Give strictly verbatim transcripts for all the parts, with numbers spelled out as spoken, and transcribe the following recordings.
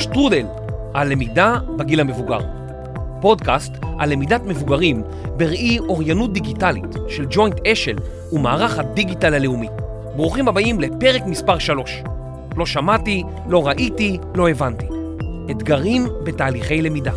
שטרודל, על למידה בגיל המבוגר. פודקאסט על למידת מבוגרים בראי אוריינות דיגיטלית של ג'וינט אשל ומערך הדיגיטל הלאומי. ברוכים הבאים לפרק מספר שלוש. לא שמעתי, לא ראיתי, לא הבנתי. אתגרים בתהליכי למידה.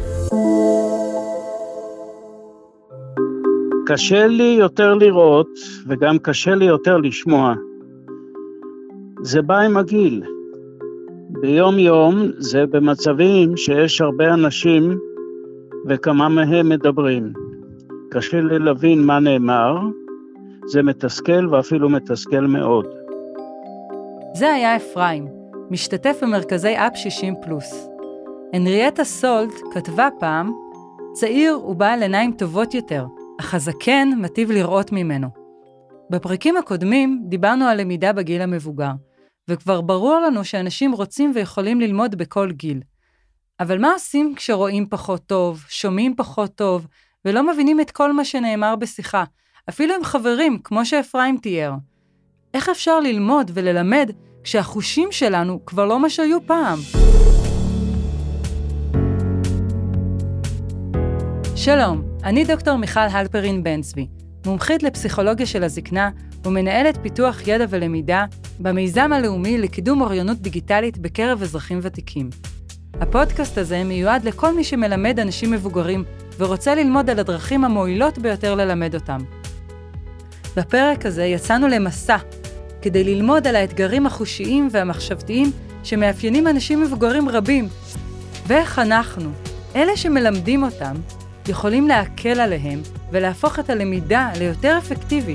קשה לי יותר לראות וגם קשה לי יותר לשמוע. זה בא עם הגיל. ביום יום זה במצבים שיש הרבה אנשים וכמה מהם מדברים. קשה לי להבין מה נאמר, זה מתסכל ואפילו מתסכל מאוד. זה היה אפרים, משתתף במרכזי אפ שישים פלוס. הנריאטה סולט כתבה פעם, צעיר הוא בעל עיניים טובות יותר, אך הזקן מטיב לראות ממנו. בפרקים הקודמים דיברנו על למידה בגיל המבוגר, וכבר ברור לנו שאנשים רוצים ויכולים ללמוד בכל גיל. אבל מה עושים כשרואים פחות טוב, שומעים פחות טוב, ולא מבינים את כל מה שנאמר בשיחה, אפילו עם חברים, כמו שאפרים תיאר? איך אפשר ללמוד וללמד כשהחושים שלנו כבר לא מה שהיו פעם? שלום, אני דוקטור מיכל הלפרין בן צבי, מומחית לפסיכולוגיה של הזקנה ומנהלת פיתוח ידע ולמידה במיזם הלאומי לקידום אוריינות דיגיטלית בקרב אזרחים ותיקים. הפודקאסט הזה מיועד לכל מי שמלמד אנשים מבוגרים ורוצה ללמוד על הדרכים המועילות ביותר ללמד אותם. בפרק הזה יצאנו למסע כדי ללמוד על האתגרים החושיים והמחשבתיים שמאפיינים אנשים מבוגרים רבים, ואיך אנחנו, אלה שמלמדים אותם, יכולים להקל עליהם ולהפוך את הלמידה ליותר אפקטיבית.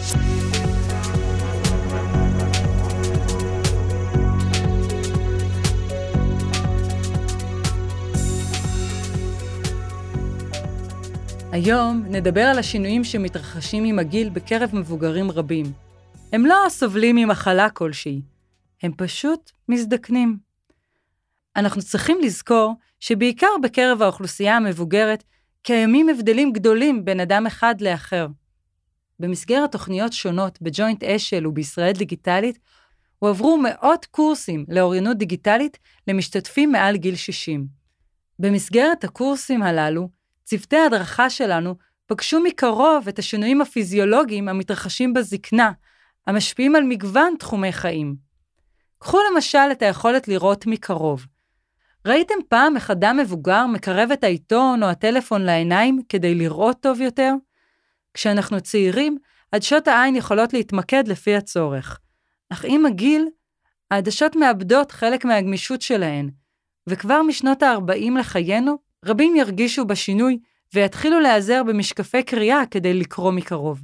היום נדבר על השינויים שמתרחשים עם הגיל בקרב מבוגרים רבים. הם לא סובלים ממחלה כלשהי, הם פשוט מזדקנים. אנחנו צריכים לזכור שבעיקר בקרב האוכלוסייה המבוגרת קיימים הבדלים גדולים בין אדם אחד לאחר. במסגרת תוכניות שונות בג'וינט אשל ובישראל דיגיטלית, הועברו מאות קורסים לאוריינות דיגיטלית למשתתפים מעל גיל שישים. במסגרת הקורסים הללו, צוותי ההדרכה שלנו פגשו מקרוב את השינויים הפיזיולוגיים המתרחשים בזקנה, המשפיעים על מגוון תחומי חיים. קחו למשל את היכולת לראות מקרוב. ראיתם פעם איך אדם מבוגר מקרב את העיתון או הטלפון לעיניים כדי לראות טוב יותר? כשאנחנו צעירים, עדשות העין יכולות להתמקד לפי הצורך. אך עם הגיל, העדשות מאבדות חלק מהגמישות שלהן, וכבר משנות ה-ארבעים לחיינו, רבים ירגישו בשינוי ויתחילו להיעזר במשקפי קריאה כדי לקרוא מקרוב.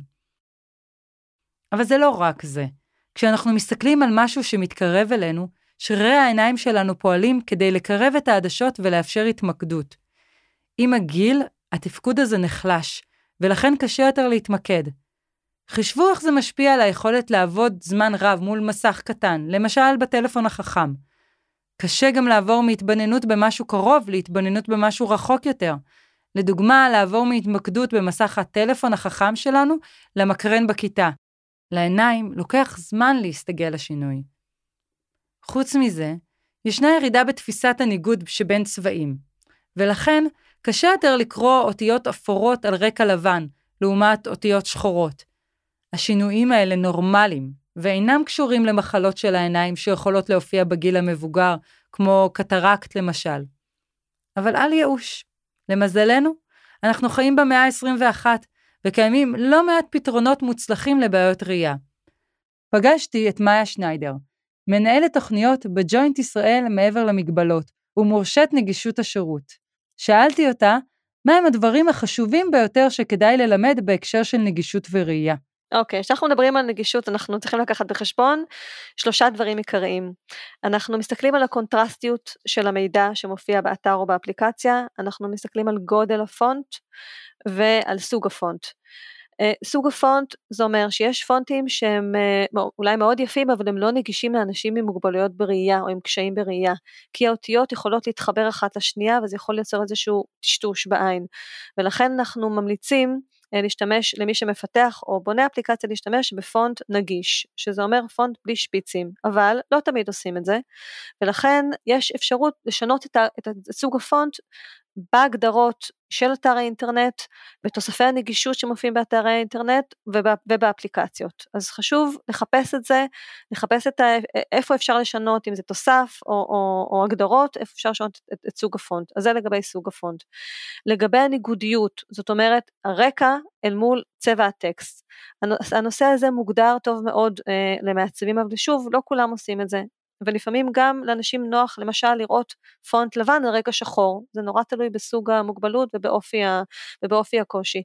אבל זה לא רק זה. כשאנחנו מסתכלים על משהו שמתקרב אלינו, שרירי העיניים שלנו פועלים כדי לקרב את העדשות ולאפשר התמקדות. עם הגיל, התפקוד הזה נחלש, ולכן קשה יותר להתמקד. חשבו איך זה משפיע על היכולת לעבוד זמן רב מול מסך קטן, למשל בטלפון החכם. קשה גם לעבור מהתבוננות במשהו קרוב להתבוננות במשהו רחוק יותר. לדוגמה, לעבור מהתמקדות במסך הטלפון החכם שלנו למקרן בכיתה. לעיניים לוקח זמן להסתגל לשינוי. חוץ מזה, ישנה ירידה בתפיסת הניגוד שבין צבעים, ולכן קשה יותר לקרוא אותיות אפורות על רקע לבן, לעומת אותיות שחורות. השינויים האלה נורמליים, ואינם קשורים למחלות של העיניים שיכולות להופיע בגיל המבוגר, כמו קטרקט למשל. אבל אל ייאוש. למזלנו, אנחנו חיים במאה ה-עשרים ואחת, וקיימים לא מעט פתרונות מוצלחים לבעיות ראייה. פגשתי את מאיה שניידר, מנהלת תוכניות בג'וינט ישראל מעבר למגבלות, ומורשת נגישות השירות. שאלתי אותה, מהם הדברים החשובים ביותר שכדאי ללמד בהקשר של נגישות וראייה? אוקיי, כשאנחנו מדברים על נגישות, אנחנו צריכים לקחת בחשבון שלושה דברים עיקריים. אנחנו מסתכלים על הקונטרסטיות של המידע שמופיע באתר או באפליקציה, אנחנו מסתכלים על גודל הפונט ועל סוג הפונט. סוג הפונט זה אומר שיש פונטים שהם אולי מאוד יפים, אבל הם לא נגישים לאנשים עם מוגבלויות בראייה או עם קשיים בראייה, כי האותיות יכולות להתחבר אחת לשנייה, וזה יכול לייצר איזשהו טשטוש בעין, ולכן אנחנו ממליצים להשתמש, למי שמפתח או בונה אפליקציה, להשתמש בפונט נגיש, שזה אומר פונט בלי שפיצים, אבל לא תמיד עושים את זה, ולכן יש אפשרות לשנות את, ה, את סוג הפונט, בהגדרות של אתר האינטרנט, בתוספי הנגישות שמופיעים באתרי האינטרנט ובא, ובאפליקציות. אז חשוב לחפש את זה, לחפש את ה, איפה אפשר לשנות, אם זה תוסף או, או, או הגדרות, איפה אפשר לשנות את, את סוג הפונט. אז זה לגבי סוג הפונט. לגבי הניגודיות, זאת אומרת, הרקע אל מול צבע הטקסט. הנושא הזה מוגדר טוב מאוד אה, למעצבים, אבל שוב, לא כולם עושים את זה. ולפעמים גם לאנשים נוח למשל לראות פונט לבן על רקע שחור, זה נורא תלוי בסוג המוגבלות ובאופי, ה, ובאופי הקושי,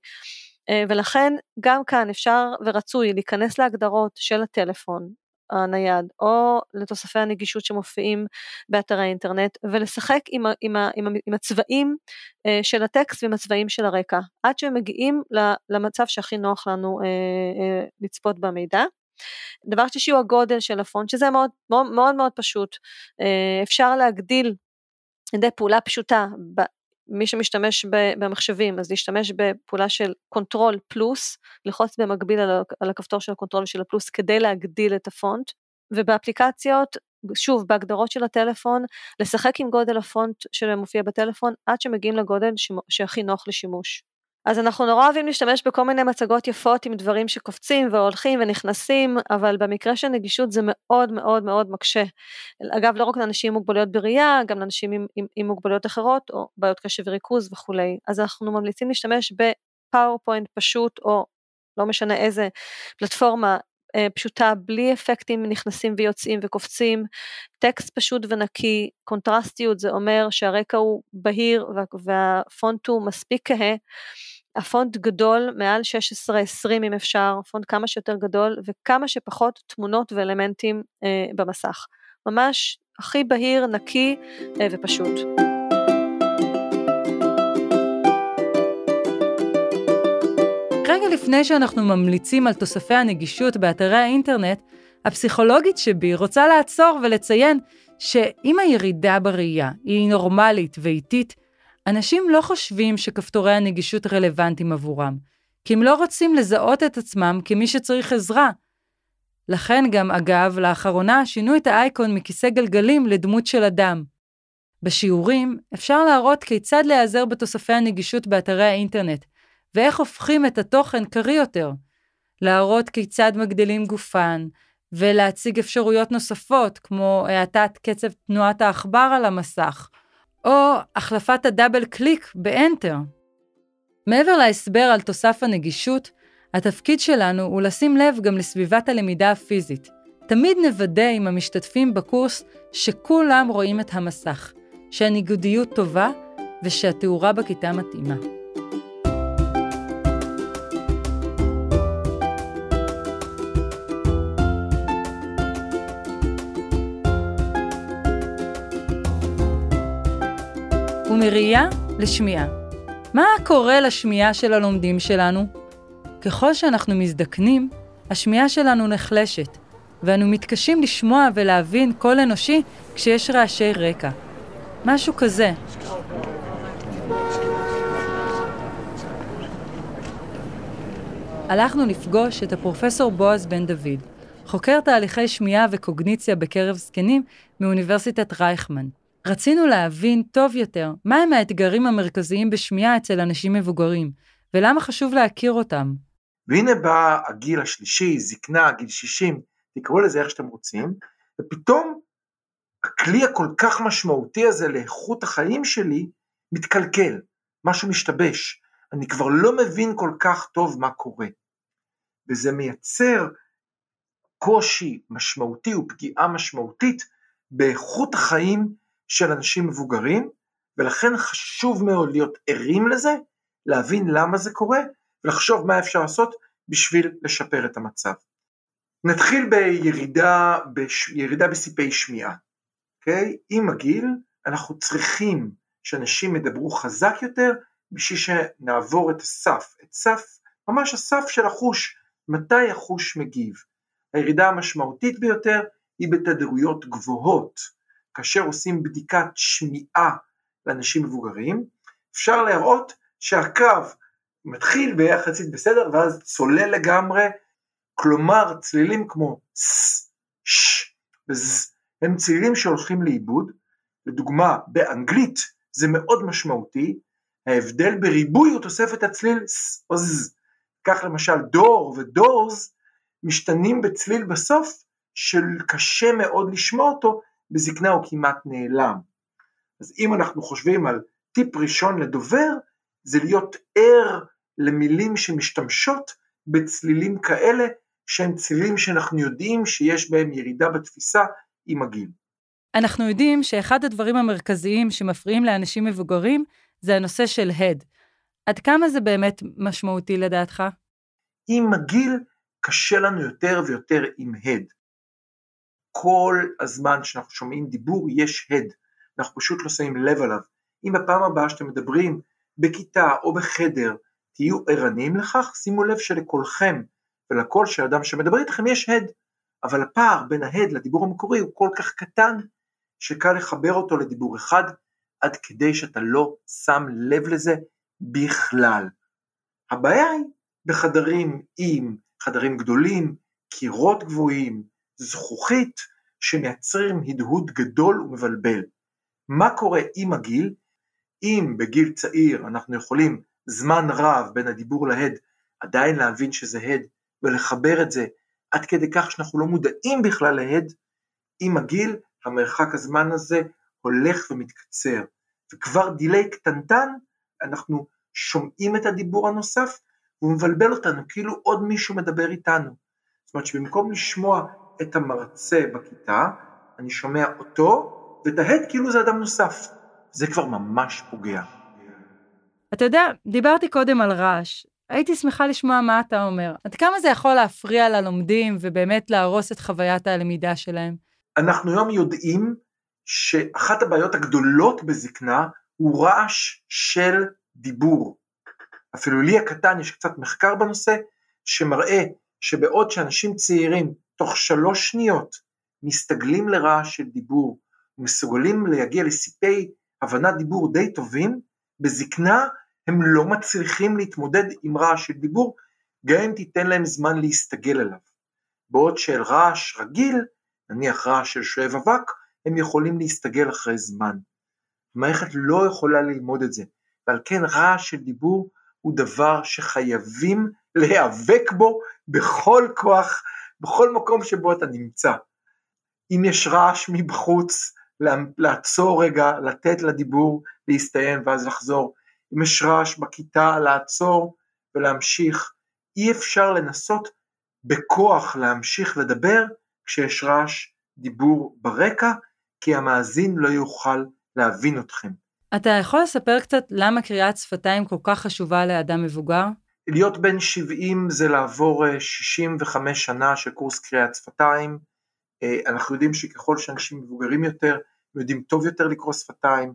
ולכן גם כאן אפשר ורצוי להיכנס להגדרות של הטלפון הנייד, או לתוספי הנגישות שמופיעים באתרי האינטרנט, ולשחק עם, עם, עם, עם הצבעים של הטקסט ועם הצבעים של הרקע, עד שהם מגיעים למצב שהכי נוח לנו לצפות במידע. דבר שלישי הוא הגודל של הפונט, שזה מאוד מאוד מאוד, מאוד פשוט, אפשר להגדיל ידי פעולה פשוטה, מי שמשתמש במחשבים, אז להשתמש בפעולה של קונטרול פלוס, ללחוץ במקביל על הכפתור של הקונטרול ושל הפלוס, כדי להגדיל את הפונט, ובאפליקציות, שוב, בהגדרות של הטלפון, לשחק עם גודל הפונט שמופיע בטלפון, עד שמגיעים לגודל שהכי נוח לשימוש. אז אנחנו נורא אוהבים להשתמש בכל מיני מצגות יפות עם דברים שקופצים והולכים ונכנסים, אבל במקרה של נגישות זה מאוד מאוד מאוד מקשה. אגב, לא רק לאנשים עם מוגבלויות בראייה, גם לאנשים עם, עם, עם מוגבלויות אחרות, או בעיות קשב וריכוז וכו'. אז אנחנו ממליצים להשתמש בפאורפוינט פשוט, או לא משנה איזה פלטפורמה פשוטה, בלי אפקטים נכנסים ויוצאים וקופצים, טקסט פשוט ונקי, קונטרסטיות, זה אומר שהרקע הוא בהיר, והפונט הוא מספיק כהה, הפונט גדול, מעל שש עשרה עשרים אם אפשר, פונט כמה שיותר גדול, וכמה שפחות תמונות ואלמנטים אה, במסך. ממש הכי בהיר, נקי אה, ופשוט. רגע לפני שאנחנו ממליצים על תוספי הנגישות באתרי האינטרנט, הפסיכולוגית שבי רוצה לעצור ולציין שאם הירידה בראייה היא נורמלית ואיטית, אנשים לא חושבים שכפתורי הנגישות רלוונטיים עבורם, כי הם לא רוצים לזהות את עצמם כמי שצריך עזרה. לכן גם, אגב, לאחרונה שינו את האייקון מכיסא גלגלים לדמות של אדם. בשיעורים אפשר להראות כיצד להיעזר בתוספי הנגישות באתרי האינטרנט, ואיך הופכים את התוכן קרי יותר, להראות כיצד מגדילים גופן, ולהציג אפשרויות נוספות, כמו האטת קצב תנועת העכבר על המסך, או החלפת הדאבל קליק באנטר. מעבר להסבר על תוסף הנגישות, התפקיד שלנו הוא לשים לב גם לסביבת הלמידה הפיזית. תמיד נוודא עם המשתתפים בקורס שכולם רואים את המסך, שהניגודיות טובה ושהתאורה בכיתה מתאימה. ומראייה לשמיעה. מה קורה לשמיעה של הלומדים שלנו? ככל שאנחנו מזדקנים, השמיעה שלנו נחלשת, ואנו מתקשים לשמוע ולהבין קול אנושי כשיש רעשי רקע. משהו כזה. הלכנו לפגוש את הפרופסור בועז בן דוד, חוקר תהליכי שמיעה וקוגניציה בקרב זקנים מאוניברסיטת רייכמן. רצינו להבין טוב יותר מהם האתגרים המרכזיים בשמיעה אצל אנשים מבוגרים, ולמה חשוב להכיר אותם. והנה בא הגיל השלישי, זקנה, גיל שישים, תקראו לזה איך שאתם רוצים, ופתאום הכלי הכל כך משמעותי הזה לאיכות החיים שלי מתקלקל, משהו משתבש, אני כבר לא מבין כל כך טוב מה קורה, וזה מייצר קושי משמעותי ופגיעה משמעותית באיכות החיים של אנשים מבוגרים, ולכן חשוב מאוד להיות ערים לזה, להבין למה זה קורה, ולחשוב מה אפשר לעשות בשביל לשפר את המצב. נתחיל בירידה, בירידה בסיפי שמיעה. Okay? עם הגיל, אנחנו צריכים שאנשים ידברו חזק יותר, בשביל שנעבור את הסף, את סף, ממש הסף של החוש, מתי החוש מגיב. הירידה המשמעותית ביותר היא בתדירויות גבוהות, כאשר עושים בדיקת שמיעה לאנשים מבוגרים, אפשר להראות שהקו מתחיל ביחסית בסדר, ואז צולל לגמרי, כלומר צלילים כמו ס, ש, וז, הם צלילים שהולכים לאיבוד. לדוגמה, באנגלית זה מאוד משמעותי, ההבדל בריבוי הוא תוספת הצליל ס או ז. כך למשל דור ודורס משתנים בצליל בסוף, של קשה מאוד לשמוע אותו, בזקנה הוא כמעט נעלם. אז אם אנחנו חושבים על טיפ ראשון לדובר, זה להיות ער למילים שמשתמשות בצלילים כאלה, שהם צלילים שאנחנו יודעים שיש בהם ירידה בתפיסה עם הגיל. אנחנו יודעים שאחד הדברים המרכזיים שמפריעים לאנשים מבוגרים, זה הנושא של הד. עד כמה זה באמת משמעותי לדעתך? עם הגיל קשה לנו יותר ויותר עם הד. כל הזמן שאנחנו שומעים דיבור יש הד, אנחנו פשוט לא שמים לב עליו. אם בפעם הבאה שאתם מדברים בכיתה או בחדר, תהיו ערניים לכך, שימו לב שלכולכם ולכל של אדם שמדבר איתכם יש הד, אבל הפער בין ההד לדיבור המקורי הוא כל כך קטן, שקל לחבר אותו לדיבור אחד, עד כדי שאתה לא שם לב לזה בכלל. הבעיה היא בחדרים עם חדרים גדולים, קירות גבוהים, זכוכית, שמייצרים הדהוד גדול ומבלבל. מה קורה עם הגיל? אם בגיל צעיר אנחנו יכולים זמן רב בין הדיבור להד, עדיין להבין שזה הד, ולחבר את זה עד כדי כך שאנחנו לא מודעים בכלל להד, עם הגיל המרחק הזמן הזה הולך ומתקצר, וכבר דילי קטנטן אנחנו שומעים את הדיבור הנוסף, והוא מבלבל אותנו כאילו עוד מישהו מדבר איתנו. זאת אומרת שבמקום לשמוע את המרצה בכיתה, אני שומע אותו, ואת ההד כאילו זה אדם נוסף. זה כבר ממש פוגע. אתה יודע, דיברתי קודם על רעש. הייתי שמחה לשמוע מה אתה אומר. עד כמה זה יכול להפריע ללומדים, ובאמת להרוס את חוויית הלמידה שלהם? אנחנו היום יודעים שאחת הבעיות הגדולות בזקנה, הוא רעש של דיבור. אפילו לי הקטן יש קצת מחקר בנושא, שמראה שבעוד שאנשים צעירים, תוך שלוש שניות, מסתגלים לרעש של דיבור, ומסוגלים להגיע לסיפי הבנת דיבור די טובים, בזקנה הם לא מצליחים להתמודד עם רעש של דיבור, גם אם תיתן להם זמן להסתגל אליו. בעוד של רעש רגיל, נניח רעש של שואב אבק, הם יכולים להסתגל אחרי זמן. המערכת לא יכולה ללמוד את זה, ועל כן רעש של דיבור הוא דבר שחייבים להיאבק בו בכל כוח, בכל מקום שבו אתה נמצא. אם יש רעש מבחוץ, לעצור רגע, לתת לדיבור להסתיים ואז לחזור. אם יש רעש בכיתה, לעצור ולהמשיך. אי אפשר לנסות בכוח להמשיך לדבר כשיש רעש דיבור ברקע, כי המאזין לא יוכל להבין אתכם. אתה יכול לספר קצת למה קריאת שפתיים כל כך חשובה לאדם מבוגר? להיות בן שבעים זה לעבור שישים וחמש שנה של קורס קריאת שפתיים. אנחנו יודעים שככל שאנשים מבוגרים יותר, יודעים טוב יותר לקרוא שפתיים.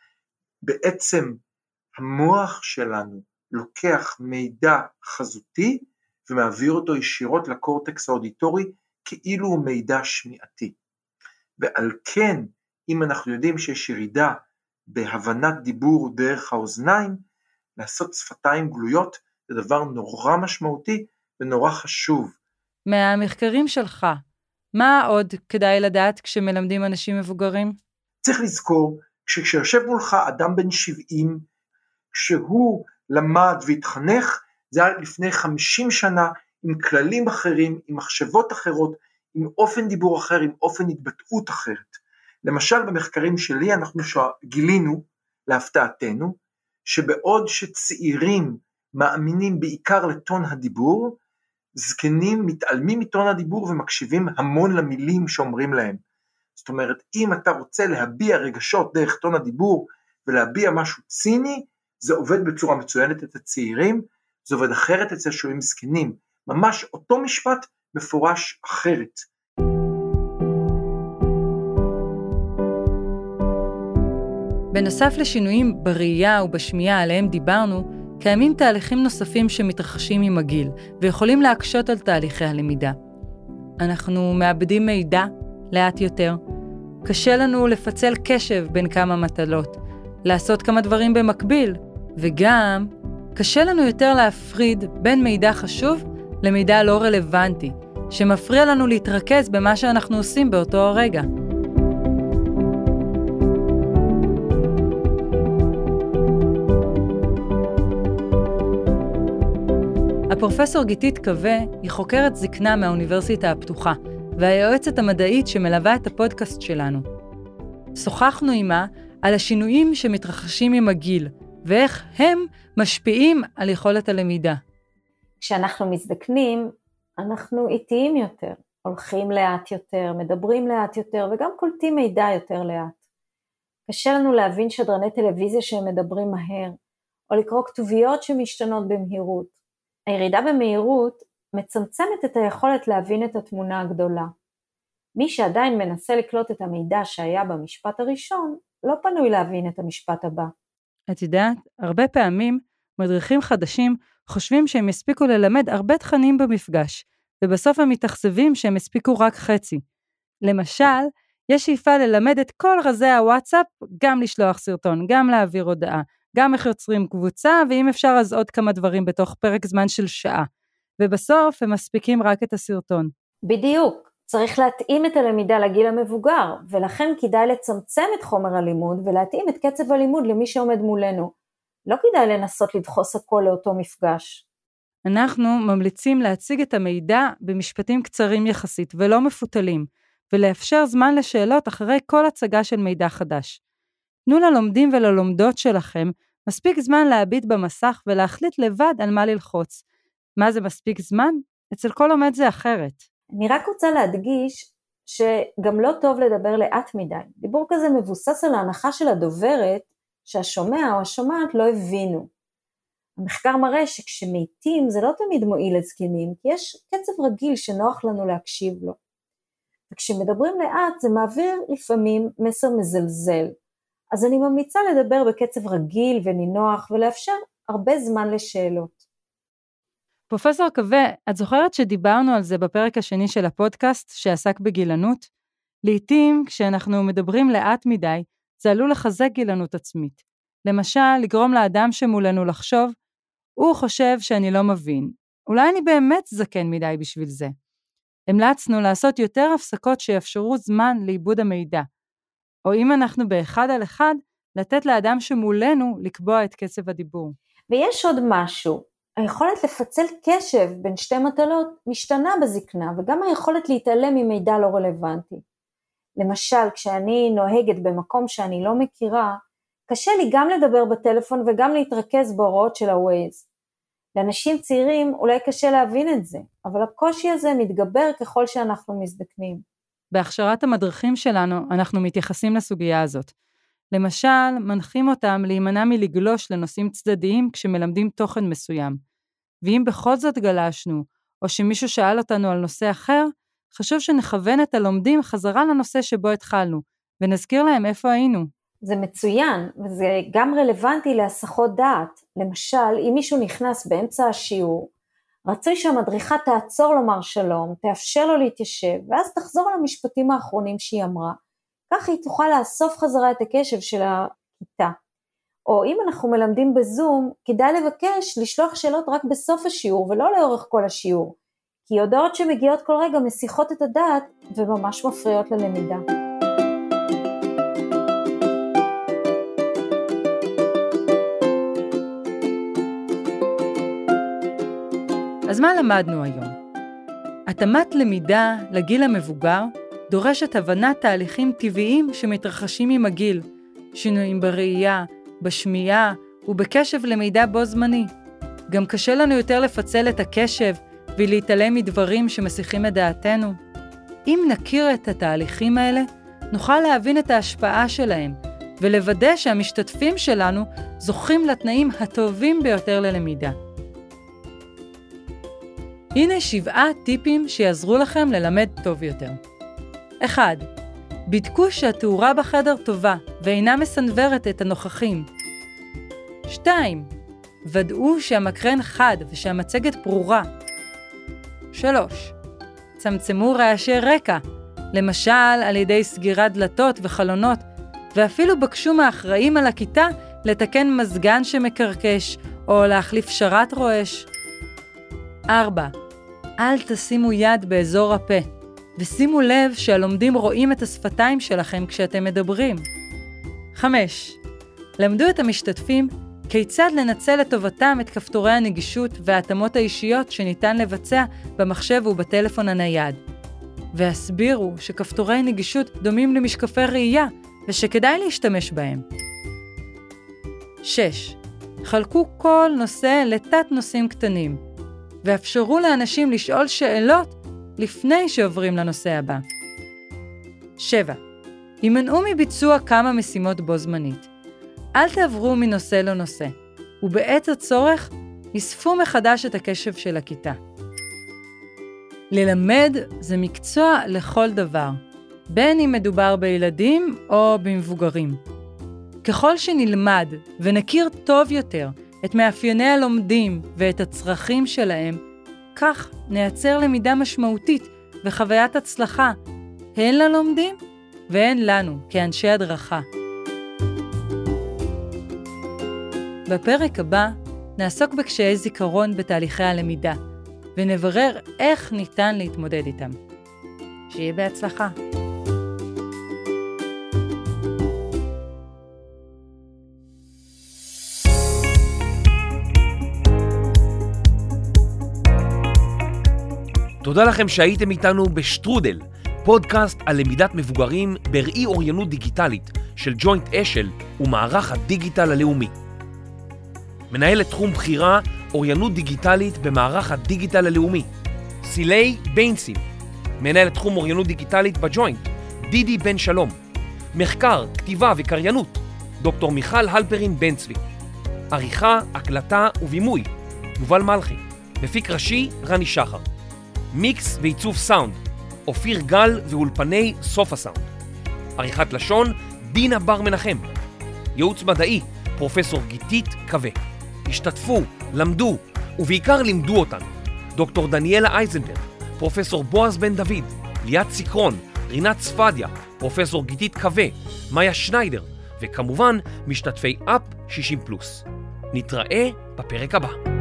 בעצם המוח שלנו לוקח מידע חזותי, ומעביר אותו ישירות לקורטקס האודיטורי, כאילו הוא מידע שמיעתי. ועל כן, אם אנחנו יודעים שיש ירידה בהבנת דיבור דרך האוזניים, לעשות שפתיים גלויות, זה דבר נורא משמעותי ונורא חשוב. מהמחקרים שלך, מה עוד כדאי לדעת כשמלמדים אנשים מבוגרים? צריך לזכור שכשיושב מולך אדם בן שבעים, כשהוא למד והתחנך, זה היה לפני חמישים שנה, עם כללים אחרים, עם מחשבות אחרות, עם אופן דיבור אחר, עם אופן התבטאות אחרת. למשל במחקרים שלי אנחנו גילינו, להפתעתנו, שבעוד שצעירים מאמינים בעיקר לטון הדיבור, זקנים מתעלמים מטון הדיבור ומקשיבים המון למילים שאומרים להם. זאת אומרת, אם אתה רוצה להביע רגשות דרך טון הדיבור, ולהביע משהו ציני, זה עובד בצורה מצוינת את הצעירים, זה עובד אחרת אצל שוהים זקנים, ממש אותו משפט מפורש אחרת. בנוסף לשינויים בראייה ובשמיעה עליהם דיברנו, קיימים תהליכים נוספים שמתרחשים עם הגיל, ויכולים להקשות על תהליכי הלמידה. אנחנו מאבדים מידע לאט יותר, קשה לנו לפצל קשב בין כמה מטלות, לעשות כמה דברים במקביל, וגם קשה לנו יותר להפריד בין מידע חשוב למידע לא רלוונטי, שמפריע לנו להתרכז במה שאנחנו עושים באותו הרגע. הפרופסור גיתית קווה היא חוקרת זקנה מהאוניברסיטה הפתוחה, והיועצת המדעית שמלווה את הפודקאסט שלנו. שוחחנו עימה על השינויים שמתרחשים עם הגיל, ואיך הם משפיעים על יכולת הלמידה. כשאנחנו מזדקנים, אנחנו איטיים יותר, הולכים לאט יותר, מדברים לאט יותר, וגם קולטים מידע יותר לאט. קשה לנו להבין שדרני טלוויזיה שהם מדברים מהר, או לקרוא כתוביות שמשתנות במהירות. הירידה במהירות מצמצמת את היכולת להבין את התמונה הגדולה. מי שעדיין מנסה לקלוט את המידע שהיה במשפט הראשון, לא פנוי להבין את המשפט הבא. את יודעת, הרבה פעמים מדריכים חדשים חושבים שהם הספיקו ללמד הרבה תכנים במפגש, ובסוף הם מתאכזבים שהם הספיקו רק חצי. למשל, יש שאיפה ללמד את כל רזי הוואטסאפ, גם לשלוח סרטון, גם להעביר הודעה, גם איך יוצרים קבוצה, ואם אפשר אז עוד כמה דברים בתוך פרק זמן של שעה. ובסוף הם מספיקים רק את הסרטון. בדיוק, צריך להתאים את הלמידה לגיל המבוגר, ולכן כדאי לצמצם את חומר הלימוד, ולהתאים את קצב הלימוד למי שעומד מולנו. לא כדאי לנסות לדחוס הכל לאותו מפגש. אנחנו ממליצים להציג את המידע במשפטים קצרים יחסית, ולא מפותלים, ולאפשר זמן לשאלות אחרי כל הצגה של מידע חדש. תנו ללומדים וללומדות שלכם מספיק זמן להביט במסך ולהחליט לבד על מה ללחוץ. מה זה מספיק זמן? אצל כל לומד זה אחרת. אני רק רוצה להדגיש שגם לא טוב לדבר לאט מדי. דיבור כזה מבוסס על ההנחה של הדוברת שהשומע או השומעת לא הבינו. המחקר מראה שכשמעיטים זה לא תמיד מועיל לזקנים, כי יש קצב רגיל שנוח לנו להקשיב לו. וכשמדברים לאט זה מעביר לפעמים מסר מזלזל. אז אני ממליצה לדבר בקצב רגיל ונינוח ולאפשר הרבה זמן לשאלות. פרופסור קווה, את זוכרת שדיברנו על זה בפרק השני של הפודקאסט שעסק בגילנות? לעתים כשאנחנו מדברים לאט מדי, זה עלול לחזק גילנות עצמית. למשל, לגרום לאדם שמולנו לחשוב, הוא חושב שאני לא מבין. אולי אני באמת זקן מדי בשביל זה. המלצנו לעשות יותר הפסקות שיאפשרו זמן לאיבוד המידע. או אם אנחנו באחד על אחד, לתת לאדם שמולנו לקבוע את קצב הדיבור. ויש עוד משהו. היכולת לפצל קשב בין שתי מטלות משתנה בזקנה, וגם היכולת להתעלם ממידע לא רלוונטי. למשל, כשאני נוהגת במקום שאני לא מכירה, קשה לי גם לדבר בטלפון וגם להתרכז בהוראות של ה-Waze. לאנשים צעירים אולי קשה להבין את זה, אבל הקושי הזה מתגבר ככל שאנחנו מזדקנים. בהכשרת המדריכים שלנו אנחנו מתייחסים לסוגיה הזאת. למשל, מנחים אותם להימנע מלגלוש לנושאים צדדיים כשמלמדים תוכן מסוים. ואם בכל זאת גלשנו, או שמישהו שאל אותנו על נושא אחר, חשוב שנכוון את הלומדים חזרה לנושא שבו התחלנו, ונזכיר להם איפה היינו. זה מצוין, וזה גם רלוונטי להסחות דעת. למשל, אם מישהו נכנס באמצע השיעור, רצוי שהמדריכה תעצור לומר שלום, תאפשר לו להתיישב, ואז תחזור למשפטים האחרונים שהיא אמרה, כך היא תוכל לאסוף חזרה את הקשב של הכיתה. או אם אנחנו מלמדים בזום, כדאי לבקש לשלוח שאלות רק בסוף השיעור, ולא לאורך כל השיעור, כי הודעות שמגיעות כל רגע מסיחות את הדעת, וממש מפריעות ללמידה. אז מה למדנו היום? התאמת למידה לגיל המבוגר דורשת הבנת תהליכים טבעיים שמתרחשים עם הגיל, שינויים בראייה, בשמיעה ובקשב למידע בו זמני. גם קשה לנו יותר לפצל את הקשב ולהתעלם מדברים שמסיחים את דעתנו. אם נכיר את התהליכים האלה, נוכל להבין את ההשפעה שלהם ולוודא שהמשתתפים שלנו זוכים לתנאים הטובים ביותר ללמידה. הנה שבעה טיפים שיעזרו לכם ללמד טוב יותר. אחד. בדקו שהתאורה בחדר טובה ואינה מסנוורת את הנוכחים. שתיים. ודאו שהמקרן חד ושהמצגת ברורה. שלוש. צמצמו רעשי רקע, למשל על ידי סגירת דלתות וחלונות, ואפילו בקשו מהאחראים על הכיתה לתקן מזגן שמקרקש, או להחליף שרת רועש. ארבע. אל תשימו יד באזור הפה, ושימו לב שהלומדים רואים את השפתיים שלכם כשאתם מדברים. חמש. למדו את המשתתפים כיצד לנצל לטובתם את כפתורי הנגישות וההתאמות האישיות שניתן לבצע במחשב ובטלפון הנייד. והסבירו שכפתורי נגישות דומים למשקפי ראייה ושכדאי להשתמש בהם. שש. חלקו כל נושא לתת נושאים קטנים, ואפשרו לאנשים לשאול שאלות לפני שעוברים לנושא הבא. שבע. הימנעו מביצוע כמה משימות בו זמנית. אל תעברו מנושא לנושא, ובעת הצורך יספו מחדש את הקשב של הכיתה. ללמד זה מקצוע לכל דבר, בין אם מדובר בילדים או במבוגרים. ככל שנלמד ונכיר טוב יותר את מאפייני הלומדים ואת הצרכים שלהם, כך נייצר למידה משמעותית וחוויית הצלחה, הן ללומדים והן לנו כאנשי הדרכה. בפרק הבא נעסוק בקשיי זיכרון בתהליכי הלמידה, ונברר איך ניתן להתמודד איתם. שיהיה בהצלחה. תודה לכם שהייתם איתנו בשטרודל, פודקאסט על למידת מבוגרים בראי אוריינות דיגיטלית של ג'וינט אשל ומערך הדיגיטל הלאומי. מנהלת תחום בחירה אוריינות דיגיטלית במערך הדיגיטל הלאומי, סילי ביינסים. מנהלת תחום אוריינות דיגיטלית בג'וינט, דידי בן שלום. מחקר, כתיבה וקריינות, דוקטור מיכל הלפרין בן צבי. עריכה, הקלטה ובימוי, יובל מלכי. מפיק ראשי, רני שחר. מיקס ועיצוב סאונד, אופיר גל ואולפני סוף הסאונד. עריכת לשון, דינה בר מנחם. ייעוץ מדעי, פרופסור גיתית קווה. השתתפו, למדו, ובעיקר לימדו אותנו. דוקטור דניאלה אייזנברג, פרופסור בועז בן דוד, ליאת סיקרון, רינת ספדיה, פרופסור גיתית קווה, מאיה שניידר, וכמובן משתתפי אפ שישים פלוס. נתראה בפרק הבא.